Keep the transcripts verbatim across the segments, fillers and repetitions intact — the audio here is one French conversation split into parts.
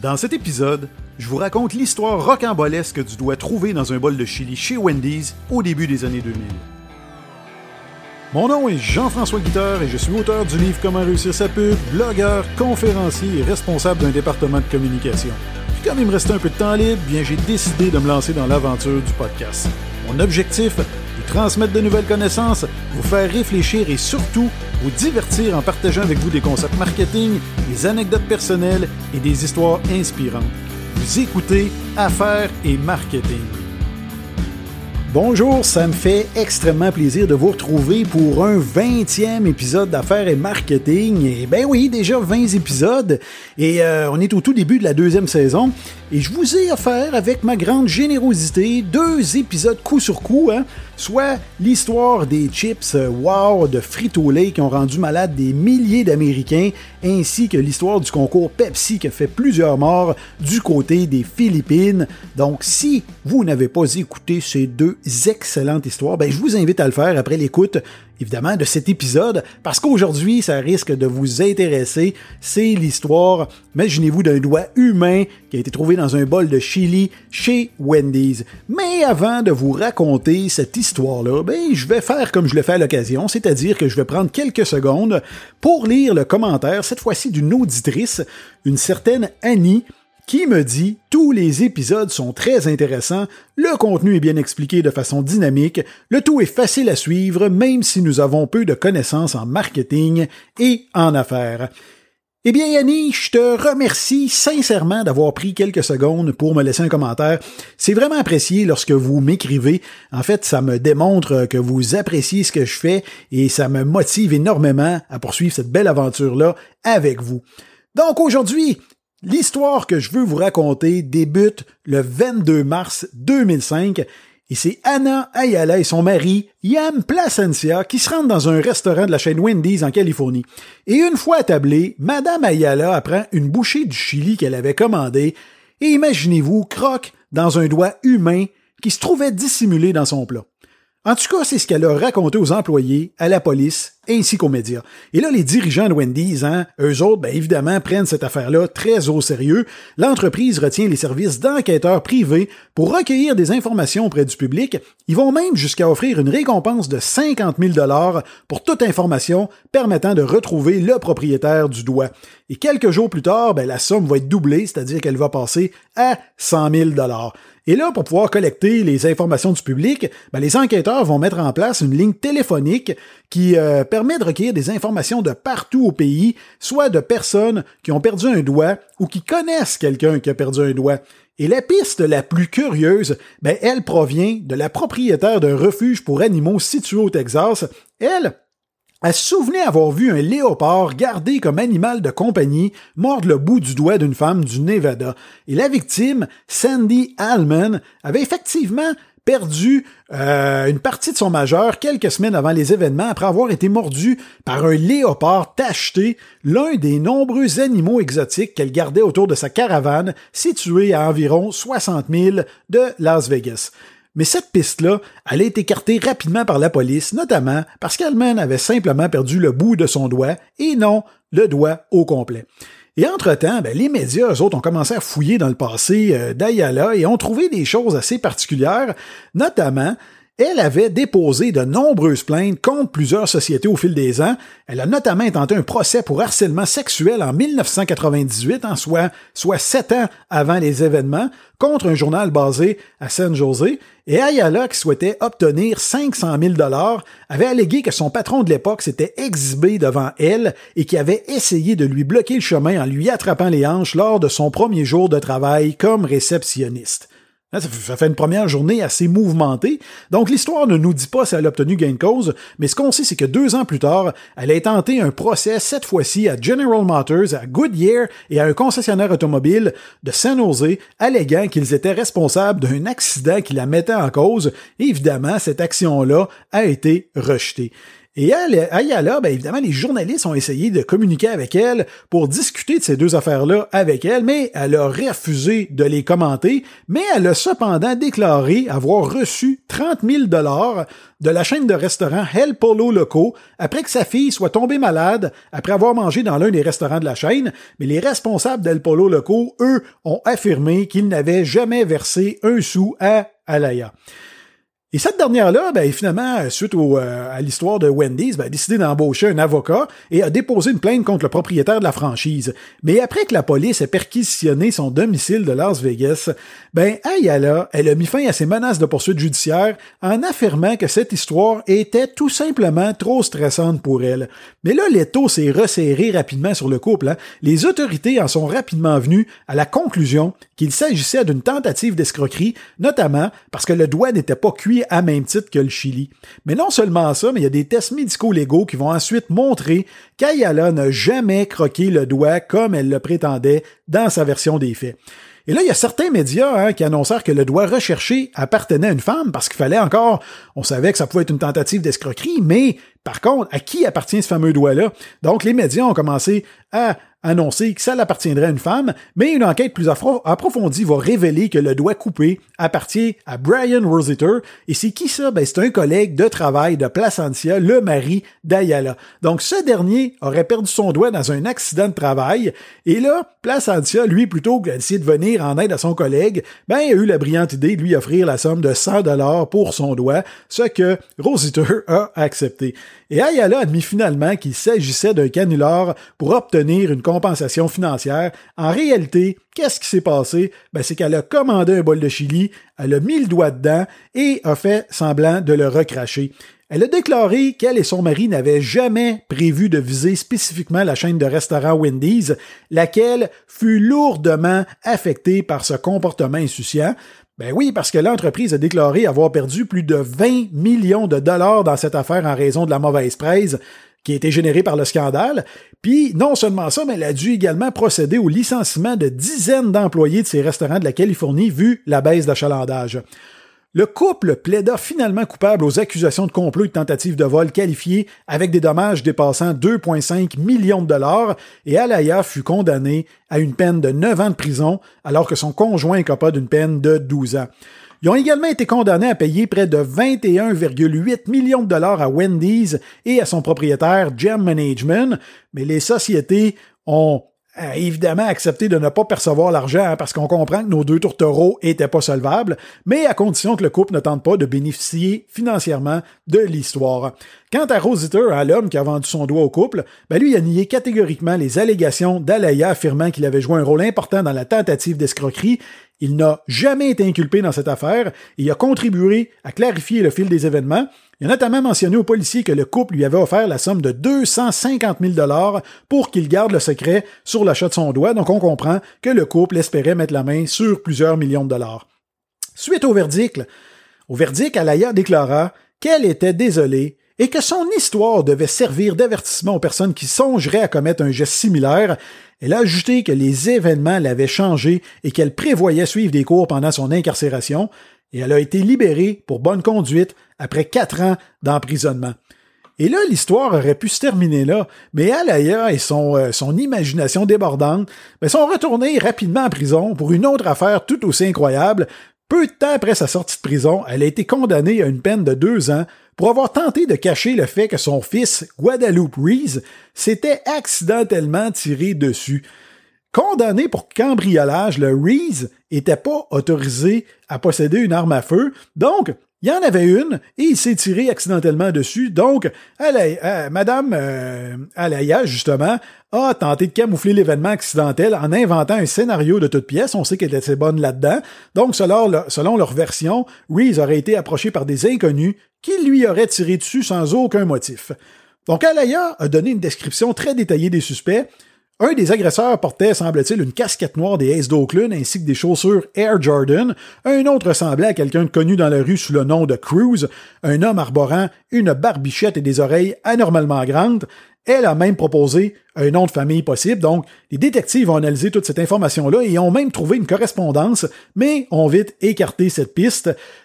Dans cet épisode, je vous raconte l'histoire rocambolesque du doigt trouvé dans un bol de chili chez Wendy's au début des années deux mille. Mon nom est Jean-François Guitard et je suis auteur du livre Comment réussir sa pub, blogueur, conférencier et responsable d'un département de communication. Puis comme il me restait un peu de temps libre, bien j'ai décidé de me lancer dans l'aventure du podcast. Mon objectif, vous transmettre de nouvelles connaissances, vous faire réfléchir et surtout vous divertir en partageant avec vous des concepts marketing, des anecdotes personnelles et des histoires inspirantes. Vous écoutez Affaires et Marketing. Bonjour, ça me fait extrêmement plaisir de vous retrouver pour un vingtième épisode d'Affaires et Marketing. Et ben oui, déjà vingt épisodes et euh, on est au tout début de la deuxième saison. Et je vous ai offert, avec ma grande générosité, deux épisodes coup sur coup, hein, soit l'histoire des chips wow de Frito-Lay qui ont rendu malade des milliers d'Américains, ainsi que l'histoire du concours Pepsi qui a fait plusieurs morts du côté des Philippines. Donc, si vous n'avez pas écouté ces deux excellentes histoires, ben, je vous invite à le faire après l'écoute, évidemment, de cet épisode, parce qu'aujourd'hui, ça risque de vous intéresser. C'est l'histoire, imaginez-vous, d'un doigt humain qui a été trouvé dans un bol de chili chez Wendy's. Mais avant de vous raconter cette histoire-là, ben, je vais faire comme je le fais à l'occasion, c'est-à-dire que je vais prendre quelques secondes pour lire le commentaire, cette fois-ci d'une auditrice, une certaine Annie, qui me dit « Tous les épisodes sont très intéressants, le contenu est bien expliqué de façon dynamique, le tout est facile à suivre, même si nous avons peu de connaissances en marketing et en affaires. » Eh bien, Annie, je te remercie sincèrement d'avoir pris quelques secondes pour me laisser un commentaire. C'est vraiment apprécié lorsque vous m'écrivez. En fait, ça me démontre que vous appréciez ce que je fais et ça me motive énormément à poursuivre cette belle aventure-là avec vous. Donc aujourd'hui, l'histoire que je veux vous raconter débute le vingt-deux mars deux mille cinq et c'est Anna Ayala et son mari, Yam Plasencia, qui se rendent dans un restaurant de la chaîne Wendy's en Californie. Et une fois attablée, Madame Ayala apprend une bouchée du chili qu'elle avait commandé et imaginez-vous, croque dans un doigt humain qui se trouvait dissimulé dans son plat. En tout cas, c'est ce qu'elle a raconté aux employés, à la police, ainsi qu'aux médias. Et là, les dirigeants de Wendy's, hein, eux autres, ben évidemment, prennent cette affaire-là très au sérieux. L'entreprise retient les services d'enquêteurs privés pour recueillir des informations auprès du public. Ils vont même jusqu'à offrir une récompense de cinquante mille dollars pour toute information permettant de retrouver le propriétaire du doigt. Et quelques jours plus tard, ben, la somme va être doublée, c'est-à-dire qu'elle va passer à cent mille dollars. Et là, pour pouvoir collecter les informations du public, ben, les enquêteurs vont mettre en place une ligne téléphonique qui euh, permet de recueillir des informations de partout au pays, soit de personnes qui ont perdu un doigt ou qui connaissent quelqu'un qui a perdu un doigt. Et la piste la plus curieuse, ben, elle provient de la propriétaire d'un refuge pour animaux situé au Texas. Elle, Elle se souvenait avoir vu un léopard gardé comme animal de compagnie mordre le bout du doigt d'une femme du Nevada. Et la victime, Sandy Allman, avait effectivement perdu euh, une partie de son majeur quelques semaines avant les événements après avoir été mordu par un léopard tacheté, l'un des nombreux animaux exotiques qu'elle gardait autour de sa caravane située à environ soixante milles de Las Vegas. Mais cette piste-là, elle a été écartée rapidement par la police, notamment parce qu'Allman avait simplement perdu le bout de son doigt et non le doigt au complet. Et entre-temps, ben, les médias, eux autres, ont commencé à fouiller dans le passé euh, d'Ayala et ont trouvé des choses assez particulières, notamment elle avait déposé de nombreuses plaintes contre plusieurs sociétés au fil des ans. Elle a notamment intenté un procès pour harcèlement sexuel en dix-neuf cent quatre-vingt-dix-huit, en soit, soit sept ans avant les événements, contre un journal basé à San José. Et Ayala, qui souhaitait obtenir cinq cent mille dollars, avait allégué que son patron de l'époque s'était exhibé devant elle et qui avait essayé de lui bloquer le chemin en lui attrapant les hanches lors de son premier jour de travail comme réceptionniste. Ça fait une première journée assez mouvementée. Donc, l'histoire ne nous dit pas si elle a obtenu gain de cause, mais ce qu'on sait, c'est que deux ans plus tard, elle a tenté un procès, cette fois-ci à General Motors, à Goodyear et à un concessionnaire automobile de San Jose, alléguant qu'ils étaient responsables d'un accident qui la mettait en cause. Et évidemment, cette action-là a été rejetée. Et elle, Ayala, ben évidemment, les journalistes ont essayé de communiquer avec elle pour discuter de ces deux affaires-là avec elle, mais elle a refusé de les commenter, mais elle a cependant déclaré avoir reçu trente mille dollars de la chaîne de restaurants El Pollo Loco après que sa fille soit tombée malade après avoir mangé dans l'un des restaurants de la chaîne, mais les responsables d'El Pollo Loco, eux, ont affirmé qu'ils n'avaient jamais versé un sou à Alaya. Et cette dernière-là, ben, finalement, suite au, euh, à l'histoire de Wendy's, ben, a décidé d'embaucher un avocat et a déposé une plainte contre le propriétaire de la franchise. Mais après que la police ait perquisitionné son domicile de Las Vegas, ben, Ayala, elle a mis fin à ses menaces de poursuite judiciaire en affirmant que cette histoire était tout simplement trop stressante pour elle. Mais là, l'étau s'est resserré rapidement sur le couple. Hein. Les autorités en sont rapidement venues à la conclusion qu'il s'agissait d'une tentative d'escroquerie, notamment parce que le doigt n'était pas cuit à même titre que le Chili. Mais non seulement ça, mais il y a des tests médicaux-légaux qui vont ensuite montrer qu'Ayala n'a jamais croqué le doigt comme elle le prétendait dans sa version des faits. Et là, il y a certains médias hein, qui annoncèrent que le doigt recherché appartenait à une femme parce qu'il fallait encore, on savait que ça pouvait être une tentative d'escroquerie, mais par contre, à qui appartient ce fameux doigt-là? Donc, les médias ont commencé à annoncer que ça l'appartiendrait à une femme, mais une enquête plus approfondie va révéler que le doigt coupé appartient à Brian Rositer. Et c'est qui ça? Ben, c'est un collègue de travail de Placentia, le mari d'Ayala. Donc, ce dernier aurait perdu son doigt dans un accident de travail. Et là, Placentia, lui, plutôt que d'essayer de venir en aide à son collègue, ben, il a eu la brillante idée de lui offrir la somme de cent dollars pour son doigt, ce que Rositer a accepté. Et Ayala admit finalement qu'il s'agissait d'un canular pour obtenir une compensation financière. En réalité, qu'est-ce qui s'est passé? Ben, c'est qu'elle a commandé un bol de chili, elle a mis le doigt dedans et a fait semblant de le recracher. Elle a déclaré qu'elle et son mari n'avaient jamais prévu de viser spécifiquement la chaîne de restaurants Wendy's, laquelle fut lourdement affectée par ce comportement insouciant. Ben oui, parce que l'entreprise a déclaré avoir perdu plus de vingt millions de dollars dans cette affaire en raison de la mauvaise presse qui a été générée par le scandale. Puis, non seulement ça, mais elle a dû également procéder au licenciement de dizaines d'employés de ces restaurants de la Californie vu la baisse d'achalandage. Le couple plaida finalement coupable aux accusations de complot et de tentative de vol qualifiées avec des dommages dépassant deux virgule cinq millions de dollars et Alaya fut condamné à une peine de neuf ans de prison alors que son conjoint écopa d'une peine de douze ans. Ils ont également été condamnés à payer près de vingt et un virgule huit millions de dollars à Wendy's et à son propriétaire Gem Management, mais les sociétés ont a évidemment accepté de ne pas percevoir l'argent hein, parce qu'on comprend que nos deux tourtereaux étaient pas solvables, mais à condition que le couple ne tente pas de bénéficier financièrement de l'histoire. Quant à Rositer, hein, l'homme qui a vendu son doigt au couple, ben lui il a nié catégoriquement les allégations d'Alaya affirmant qu'il avait joué un rôle important dans la tentative d'escroquerie. Il n'a jamais été inculpé dans cette affaire et il a contribué à clarifier le fil des événements. Il a notamment mentionné aux policiers que le couple lui avait offert la somme de deux cent cinquante mille dollars pour qu'il garde le secret sur l'achat de son doigt, donc on comprend que le couple espérait mettre la main sur plusieurs millions de dollars. Suite au verdict, au verdict, Alaya déclara qu'elle était désolée et que son histoire devait servir d'avertissement aux personnes qui songeraient à commettre un geste similaire. Elle a ajouté que les événements l'avaient changée et qu'elle prévoyait suivre des cours pendant son incarcération, et elle a été libérée pour bonne conduite après quatre ans d'emprisonnement. Et là, l'histoire aurait pu se terminer là, mais Alaya et son, euh, son imagination débordante ben, sont retournés rapidement en prison pour une autre affaire tout aussi incroyable. Peu de temps après sa sortie de prison, elle a été condamnée à une peine de deux ans pour avoir tenté de cacher le fait que son fils, Guadalupe Reese, s'était accidentellement tiré dessus. Condamné pour cambriolage, le Reese était pas autorisé à posséder une arme à feu, donc il y en avait une et il s'est tiré accidentellement dessus. Donc, Alaya, euh, Madame euh, Alaya, justement, a tenté de camoufler l'événement accidentel en inventant un scénario de toutes pièces. On sait qu'elle était assez bonne là-dedans. Donc, selon leur, selon leur version, Reese aurait été approché par des inconnus qui lui auraient tiré dessus sans aucun motif. Donc, Alaya a donné une description très détaillée des suspects. Un des agresseurs portait, semble-t-il, une casquette noire des Aces d'Oakland ainsi que des chaussures Air Jordan. Un autre ressemblait à quelqu'un de connu dans la rue sous le nom de Cruz, un homme arborant une barbichette et des oreilles anormalement grandes. Elle a même proposé un nom de famille possible, donc les détectives ont analysé toute cette information-là et ont même trouvé une correspondance, mais ont vite écarté cette piste.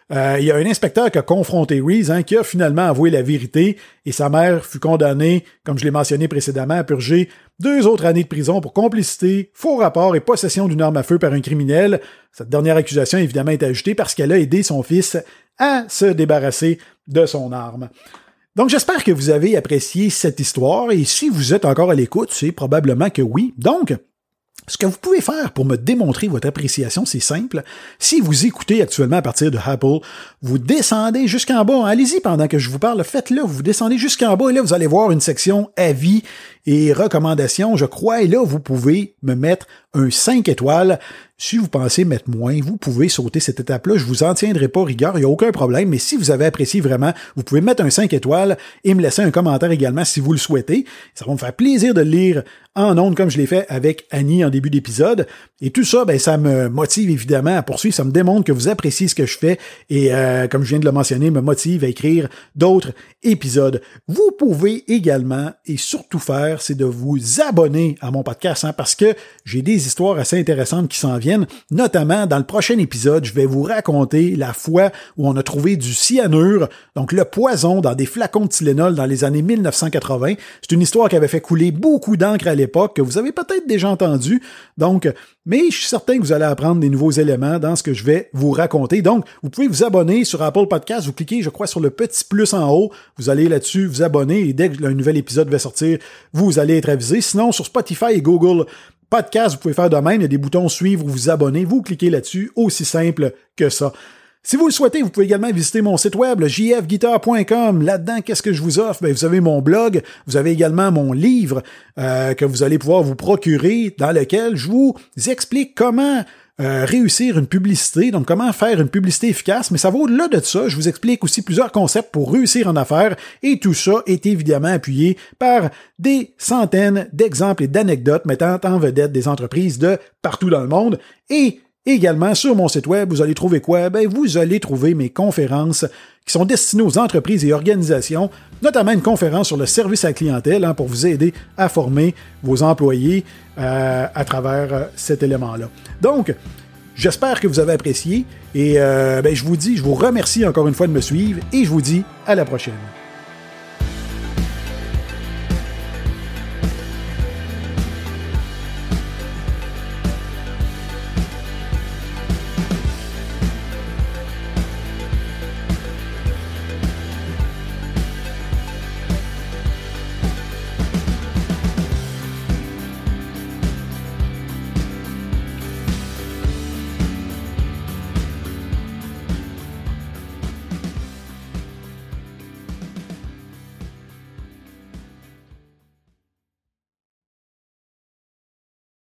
euh, il y a un inspecteur qui a confronté Reese, hein, qui a finalement avoué la vérité, et sa mère fut condamnée, comme je l'ai mentionné précédemment, à purger deux autres années de prison pour complicité, faux rapport et possession d'une arme à feu par un criminel. Cette dernière accusation, évidemment, est ajoutée parce qu'elle a aidé son fils à se débarrasser de son arme. Donc, j'espère que vous avez apprécié cette histoire, et si vous êtes encore à l'écoute, c'est probablement que oui. Donc, ce que vous pouvez faire pour me démontrer votre appréciation, c'est simple. Si vous écoutez actuellement à partir de Apple, vous descendez jusqu'en bas. Allez-y pendant que je vous parle. Faites-le. Vous descendez jusqu'en bas et là, vous allez voir une section avis et recommandations, je crois. Et là, vous pouvez me mettre un cinq étoiles. Si vous pensez mettre moins, vous pouvez sauter cette étape-là. Je vous en tiendrai pas rigueur, il n'y a aucun problème. Mais si vous avez apprécié vraiment, vous pouvez mettre un cinq étoiles et me laisser un commentaire également si vous le souhaitez. Ça va me faire plaisir de le lire en ondes comme je l'ai fait avec Annie en début d'épisode. Et tout ça, ben, ça me motive évidemment à poursuivre. Ça me démontre que vous appréciez ce que je fais et, euh, comme je viens de le mentionner, me motive à écrire d'autres épisodes. Vous pouvez également, et surtout faire, c'est de vous abonner à mon podcast, hein, parce que j'ai des histoires assez intéressantes qui s'en viennent. Notamment, dans le prochain épisode, je vais vous raconter la fois où on a trouvé du cyanure, donc le poison, dans des flacons de Tylenol dans les années mille neuf cent quatre-vingts. C'est une histoire qui avait fait couler beaucoup d'encre à l'époque, que vous avez peut-être déjà entendu. Donc, mais je suis certain que vous allez apprendre des nouveaux éléments dans ce que je vais vous raconter. Donc, vous pouvez vous abonner sur Apple Podcast. Vous cliquez, je crois, sur le petit plus en haut. Vous allez là-dessus vous abonner et dès qu'un nouvel épisode va sortir, vous allez être avisé. Sinon, sur Spotify et Google Podcast, vous pouvez faire de même. Il y a des boutons suivre ou vous abonner. Vous cliquez là-dessus. Aussi simple que ça. Si vous le souhaitez, vous pouvez également visiter mon site web, le j f guitar point com. Là-dedans, qu'est-ce que je vous offre? Ben, vous avez mon blog, vous avez également mon livre euh, que vous allez pouvoir vous procurer, dans lequel je vous explique comment euh, réussir une publicité, donc comment faire une publicité efficace, mais ça va au-delà de ça. Je vous explique aussi plusieurs concepts pour réussir en affaires, et tout ça est évidemment appuyé par des centaines d'exemples et d'anecdotes mettant en vedette des entreprises de partout dans le monde. Et également, sur mon site web, vous allez trouver quoi? Ben, vous allez trouver mes conférences qui sont destinées aux entreprises et organisations, notamment une conférence sur le service à la clientèle, hein, pour vous aider à former vos employés euh, à travers euh, cet élément-là. Donc, j'espère que vous avez apprécié et euh, ben, je vous dis, je vous remercie encore une fois de me suivre et je vous dis à la prochaine.